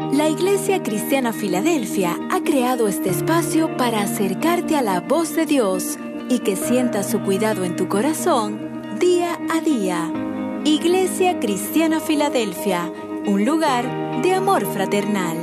La Iglesia Cristiana Filadelfia ha creado este espacio para acercarte a la voz de Dios y que sientas su cuidado en tu corazón día a día. Iglesia Cristiana Filadelfia, un lugar de amor fraternal.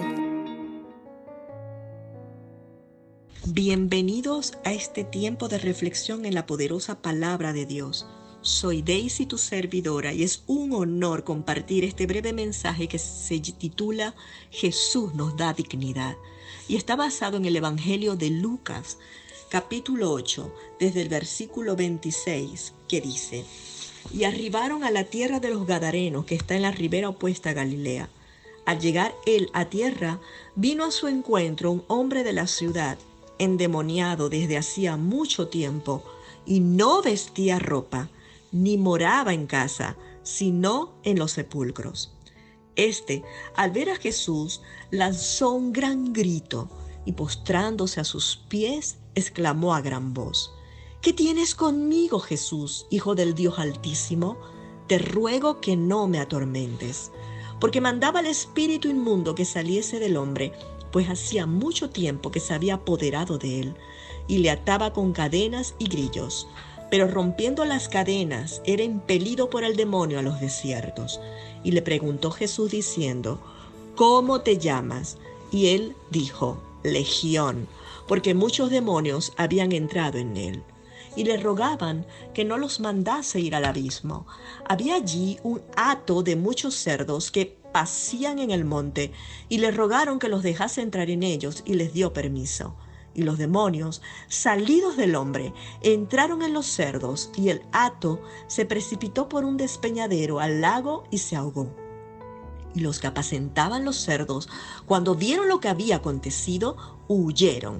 Bienvenidos a este tiempo de reflexión en la poderosa palabra de Dios. Soy Daisy, tu servidora, y es un honor compartir este breve mensaje que se titula Jesús nos da dignidad. Y está basado en el Evangelio de Lucas, capítulo 8, desde el versículo 26, que dice: Y arribaron a la tierra de los Gadarenos, que está en la ribera opuesta a Galilea. Al llegar él a tierra, vino a su encuentro un hombre de la ciudad, endemoniado desde hacía mucho tiempo, y no vestía ropa, ni moraba en casa, sino en los sepulcros. Al ver a Jesús, lanzó un gran grito, y postrándose a sus pies, exclamó a gran voz: ¿Qué tienes conmigo, Jesús, Hijo del Dios Altísimo? Te ruego que no me atormentes. Porque mandaba al espíritu inmundo que saliese del hombre, pues hacía mucho tiempo que se había apoderado de él, y le ataba con cadenas y grillos. Pero rompiendo las cadenas, era impelido por el demonio a los desiertos. Y le preguntó Jesús diciendo: ¿Cómo te llamas? Y él dijo: Legión, porque muchos demonios habían entrado en él. Y le rogaban que no los mandase ir al abismo. Había allí un hato de muchos cerdos que pacían en el monte, y le rogaron que los dejase entrar en ellos, y les dio permiso. Y los demonios, salidos del hombre, entraron en los cerdos, y el hato se precipitó por un despeñadero al lago y se ahogó. Y los que apacentaban los cerdos, cuando vieron lo que había acontecido, huyeron,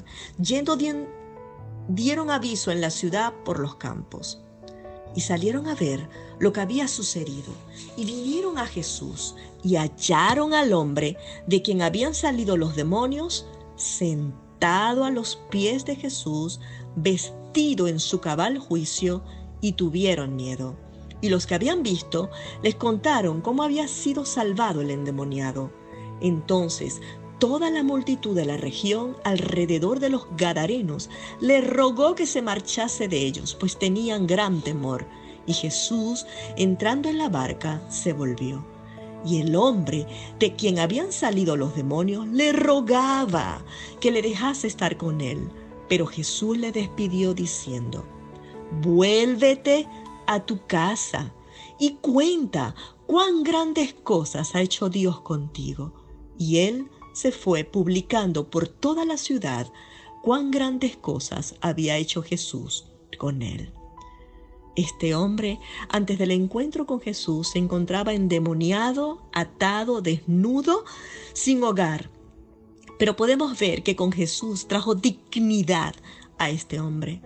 dieron aviso en la ciudad por los campos. Y salieron a ver lo que había sucedido, y vinieron a Jesús, y hallaron al hombre de quien habían salido los demonios, sentado a los pies de Jesús, vestido en su cabal juicio, y tuvieron miedo. Y los que habían visto les contaron cómo había sido salvado el endemoniado. Entonces toda la multitud de la región alrededor de los Gadarenos le rogó que se marchase de ellos, pues tenían gran temor. Y Jesús, entrando en la barca, se volvió. Y el hombre de quien habían salido los demonios le rogaba que le dejase estar con él. Pero Jesús le despidió diciendo: Vuélvete a tu casa y cuenta cuán grandes cosas ha hecho Dios contigo. Y él se fue publicando por toda la ciudad cuán grandes cosas había hecho Jesús con él. Este hombre, antes del encuentro con Jesús, se encontraba endemoniado, atado, desnudo, sin hogar. Pero podemos ver que con Jesús trajo dignidad a este hombre.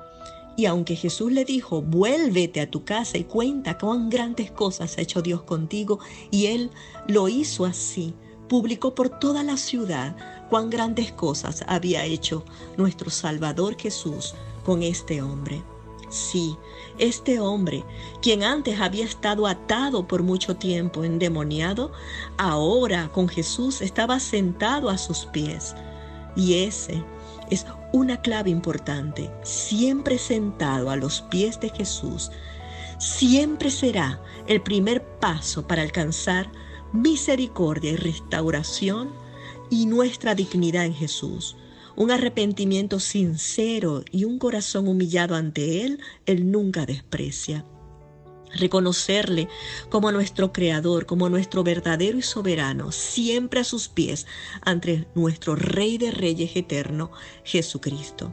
Y aunque Jesús le dijo: vuélvete a tu casa y cuenta cuán grandes cosas ha hecho Dios contigo, y él lo hizo así, publicó por toda la ciudad cuán grandes cosas había hecho nuestro Salvador Jesús con este hombre. Sí, este hombre, quien antes había estado atado por mucho tiempo, endemoniado, ahora con Jesús estaba sentado a sus pies. Y ese es una clave importante: siempre sentado a los pies de Jesús, siempre será el primer paso para alcanzar misericordia y restauración y nuestra dignidad en Jesús. Un arrepentimiento sincero y un corazón humillado ante Él nunca desprecia. Reconocerle como nuestro Creador, como nuestro verdadero y soberano, siempre a sus pies, ante nuestro Rey de Reyes eterno, Jesucristo.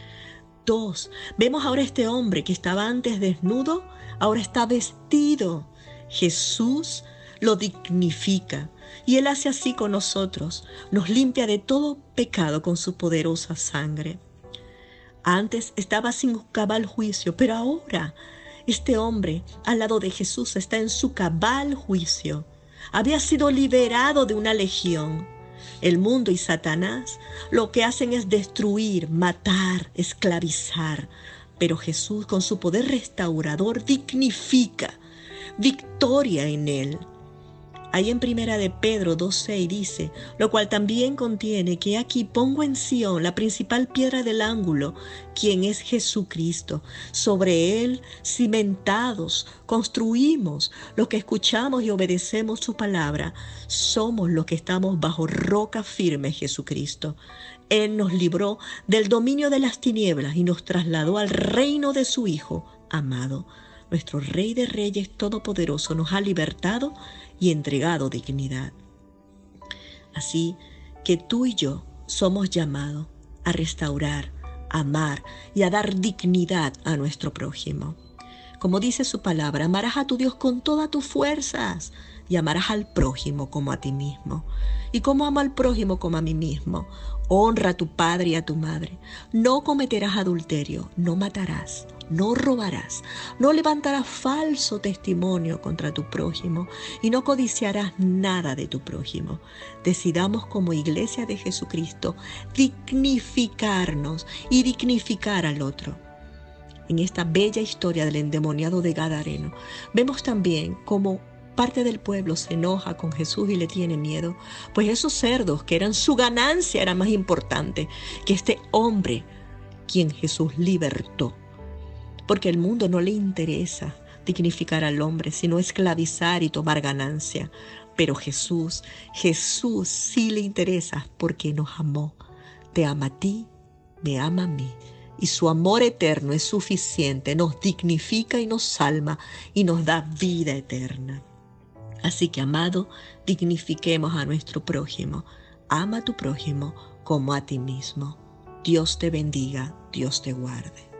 2. Vemos ahora este hombre que estaba antes desnudo, ahora está vestido. Jesús lo dignifica, y Él hace así con nosotros, nos limpia de todo pecado con su poderosa sangre. Antes estaba sin cabal juicio, pero ahora este hombre al lado de Jesús está en su cabal juicio. Había sido liberado de una legión. El mundo y Satanás lo que hacen es destruir, matar, esclavizar, pero Jesús con su poder restaurador dignifica, victoria en Él. Ahí en Primera de Pedro 2:6 dice, lo cual también contiene que aquí pongo en Sión la principal piedra del ángulo, quien es Jesucristo. Sobre él, cimentados, construimos los que escuchamos y obedecemos su palabra. Somos los que estamos bajo roca firme, Jesucristo. Él nos libró del dominio de las tinieblas y nos trasladó al reino de su Hijo amado. Nuestro Rey de Reyes Todopoderoso nos ha libertado y entregado dignidad. Así que tú y yo somos llamados a restaurar, a amar y a dar dignidad a nuestro prójimo. Como dice su palabra, amarás a tu Dios con todas tus fuerzas y amarás al prójimo como a ti mismo. ¿Y cómo amo al prójimo como a mí mismo? Honra a tu padre y a tu madre. No cometerás adulterio, no matarás, no robarás, no levantarás falso testimonio contra tu prójimo y no codiciarás nada de tu prójimo. Decidamos como Iglesia de Jesucristo dignificarnos y dignificar al otro. En esta bella historia del endemoniado de Gadareno, vemos también cómo parte del pueblo se enoja con Jesús y le tiene miedo, pues esos cerdos que eran su ganancia era más importante que este hombre quien Jesús libertó. Porque al mundo no le interesa dignificar al hombre, sino esclavizar y tomar ganancia. Pero Jesús sí le interesa porque nos amó. Te ama a ti, me ama a mí. Y su amor eterno es suficiente, nos dignifica y nos salva y nos da vida eterna. Así que, amado, dignifiquemos a nuestro prójimo. Ama a tu prójimo como a ti mismo. Dios te bendiga, Dios te guarde.